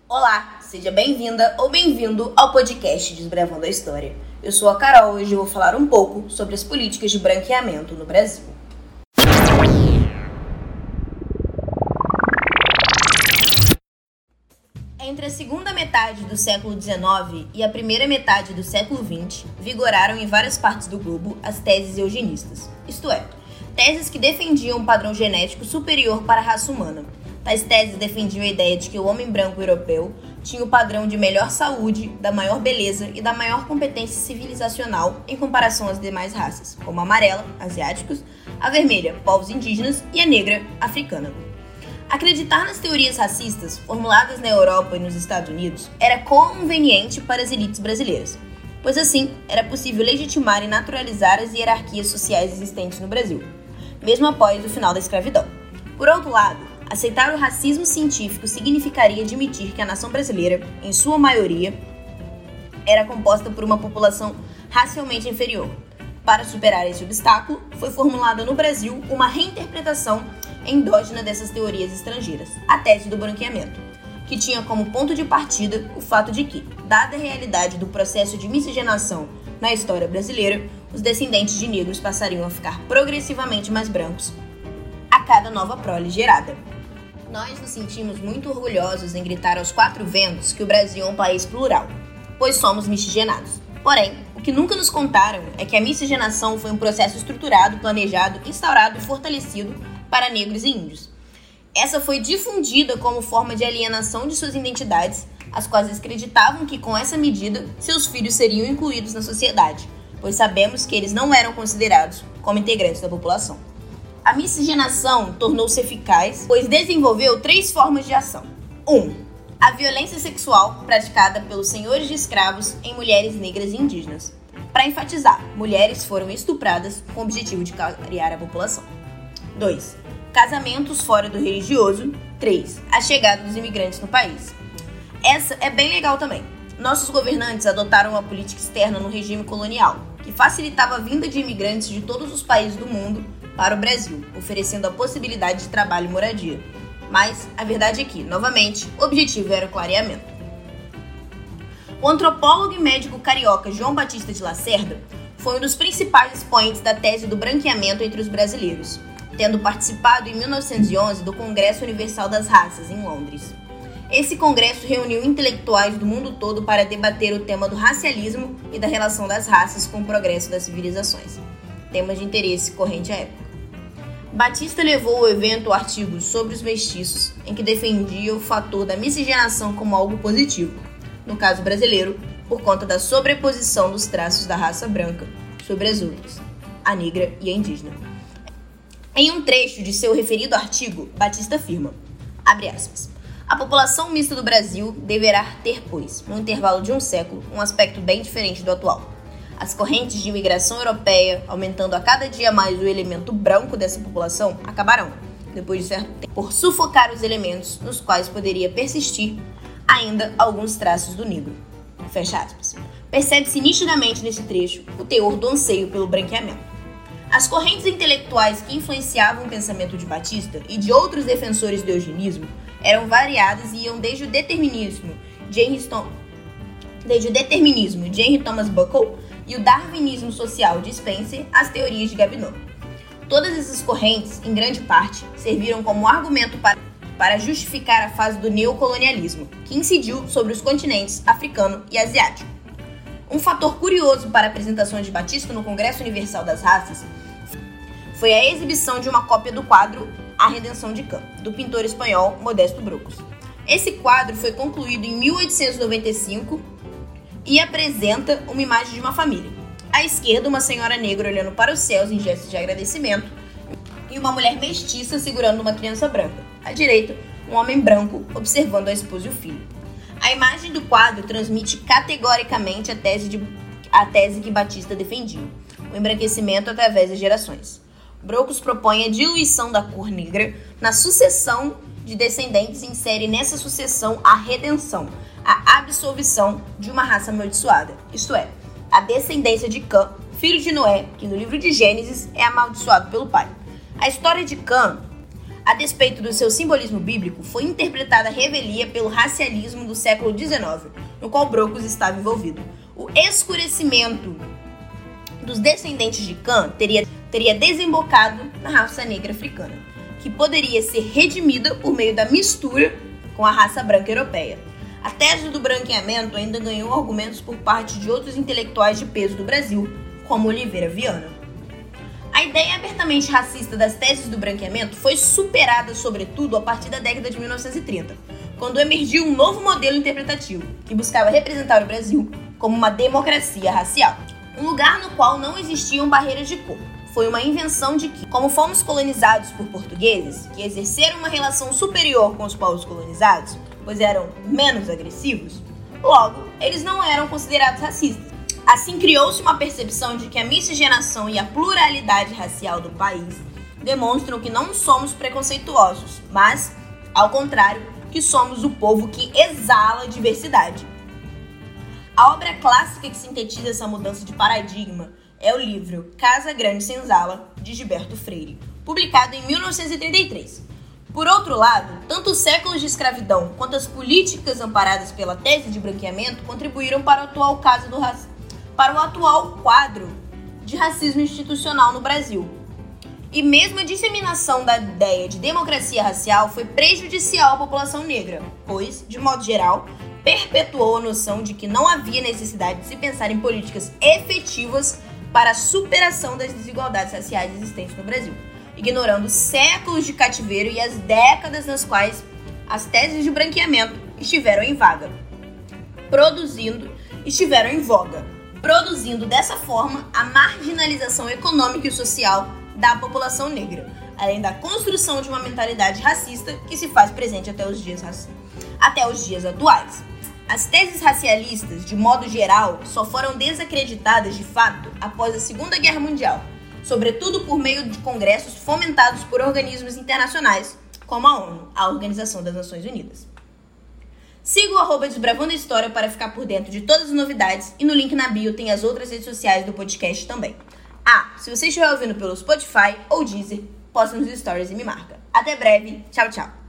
Olá, seja bem-vinda ou bem-vindo ao podcast Desbravando a História. Eu sou a Carol e hoje eu vou falar um pouco sobre as políticas de branqueamento no Brasil. Entre a segunda metade do século XIX e a primeira metade do século XX, vigoraram em várias partes do globo as teses eugenistas, isto é, teses que defendiam um padrão genético superior para a raça humana. Tais teses defendiam a ideia de que o homem branco europeu tinha o padrão de melhor saúde, da maior beleza e da maior competência civilizacional em comparação às demais raças, como a amarela, asiáticos, a vermelha, povos indígenas e a negra, africana. Acreditar nas teorias racistas formuladas na Europa e nos Estados Unidos era conveniente para as elites brasileiras, pois assim era possível legitimar e naturalizar as hierarquias sociais existentes no Brasil, mesmo após o final da escravidão. Por outro lado, aceitar o racismo científico significaria admitir que a nação brasileira, em sua maioria, era composta por uma população racialmente inferior. Para superar esse obstáculo, foi formulada no Brasil uma reinterpretação endógena dessas teorias estrangeiras, a tese do branqueamento, que tinha como ponto de partida o fato de que, dada a realidade do processo de miscigenação na história brasileira, os descendentes de negros passariam a ficar progressivamente mais brancos a cada nova prole gerada. Nós nos sentimos muito orgulhosos em gritar aos quatro ventos que o Brasil é um país plural, pois somos miscigenados. Porém, o que nunca nos contaram é que a miscigenação foi um processo estruturado, planejado, instaurado e fortalecido para negros e índios. Essa foi difundida como forma de alienação de suas identidades, as quais acreditavam que com essa medida seus filhos seriam incluídos na sociedade, pois sabemos que eles não eram considerados como integrantes da população. A miscigenação tornou-se eficaz, pois desenvolveu três formas de ação. 1. A violência sexual praticada pelos senhores de escravos em mulheres negras e indígenas. Para enfatizar, mulheres foram estupradas com o objetivo de criar a população. 2. Casamentos fora do religioso. 3. A chegada dos imigrantes no país. Essa é bem legal também. Nossos governantes adotaram uma política externa no regime colonial, que facilitava a vinda de imigrantes de todos os países do mundo para o Brasil, oferecendo a possibilidade de trabalho e moradia. Mas a verdade é que, novamente, o objetivo era o clareamento. O antropólogo e médico carioca João Batista de Lacerda foi um dos principais expoentes da tese do branqueamento entre os brasileiros, tendo participado em 1911 do Congresso Universal das Raças, em Londres. Esse congresso reuniu intelectuais do mundo todo para debater o tema do racialismo e da relação das raças com o progresso das civilizações, temas de interesse corrente à época. Batista levou ao evento artigos sobre os mestiços, em que defendia o fator da miscigenação como algo positivo, no caso brasileiro, por conta da sobreposição dos traços da raça branca sobre as outras, a negra e a indígena. Em um trecho de seu referido artigo, Batista afirma, abre aspas, a população mista do Brasil deverá ter, pois, no intervalo de um século, um aspecto bem diferente do atual. As correntes de imigração europeia, aumentando a cada dia mais o elemento branco dessa população, acabarão, depois de certo tempo, por sufocar os elementos nos quais poderia persistir ainda alguns traços do negro. Fecha aspas. Percebe-se nitidamente nesse trecho o teor do anseio pelo branqueamento. As correntes intelectuais que influenciavam o pensamento de Batista e de outros defensores do eugenismo eram variadas e iam desde o determinismo de Henry Thomas Buckle e o darwinismo social de Spencer às teorias de Gobineau. Todas essas correntes, em grande parte, serviram como argumento para justificar a fase do neocolonialismo, que incidiu sobre os continentes africano e asiático. Um fator curioso para apresentações de Batista no Congresso Universal das Raças foi a exibição de uma cópia do quadro A Redenção de Cã, do pintor espanhol Modesto Brocos. Esse quadro foi concluído em 1895 e apresenta uma imagem de uma família. À esquerda, uma senhora negra olhando para os céus em gesto de agradecimento e uma mulher mestiça segurando uma criança branca. À direita, um homem branco observando a esposa e o filho. A imagem do quadro transmite categoricamente a tese que Batista defendia, o embranquecimento através das gerações. Brocos propõe a diluição da cor negra na sucessão de descendentes e insere nessa sucessão a redenção, a absolvição de uma raça amaldiçoada, isto é, a descendência de Cã, filho de Noé, que no livro de Gênesis é amaldiçoado pelo pai. A história de Cã a despeito do seu simbolismo bíblico, foi interpretada a revelia pelo racialismo do século XIX, no qual Brocos estava envolvido. O escurecimento dos descendentes de Cã teria desembocado na raça negra africana, que poderia ser redimida por meio da mistura com a raça branca europeia. A tese do branqueamento ainda ganhou argumentos por parte de outros intelectuais de peso do Brasil, como Oliveira Viana. A ideia abertamente racista das teses do branqueamento foi superada, sobretudo, a partir da década de 1930, quando emergiu um novo modelo interpretativo, que buscava representar o Brasil como uma democracia racial, um lugar no qual não existiam barreiras de cor. Foi uma invenção de que, como fomos colonizados por portugueses, que exerceram uma relação superior com os povos colonizados, pois eram menos agressivos, logo, eles não eram considerados racistas. Assim, criou-se uma percepção de que a miscigenação e a pluralidade racial do país demonstram que não somos preconceituosos, mas, ao contrário, que somos o povo que exala diversidade. A obra clássica que sintetiza essa mudança de paradigma é o livro Casa Grande Senzala, de Gilberto Freire, publicado em 1933. Por outro lado, tanto os séculos de escravidão quanto as políticas amparadas pela tese de branqueamento contribuíram para o atual quadro de racismo institucional no Brasil. E mesmo a disseminação da ideia de democracia racial foi prejudicial à população negra, pois, de modo geral, perpetuou a noção de que não havia necessidade de se pensar em políticas efetivas para a superação das desigualdades raciais existentes no Brasil, ignorando séculos de cativeiro e as décadas nas quais as teses de branqueamento estiveram em voga, produzindo dessa forma a marginalização econômica e social da população negra, além da construção de uma mentalidade racista que se faz presente até os dias atuais. As teses racialistas, de modo geral, só foram desacreditadas de fato após a Segunda Guerra Mundial, sobretudo por meio de congressos fomentados por organismos internacionais, como a ONU, a Organização das Nações Unidas. Siga o @Desbravando a História para ficar por dentro de todas as novidades e no link na bio tem as outras redes sociais do podcast também. Se você estiver ouvindo pelo Spotify ou Deezer, posta nos stories e me marca. Até breve, tchau, tchau!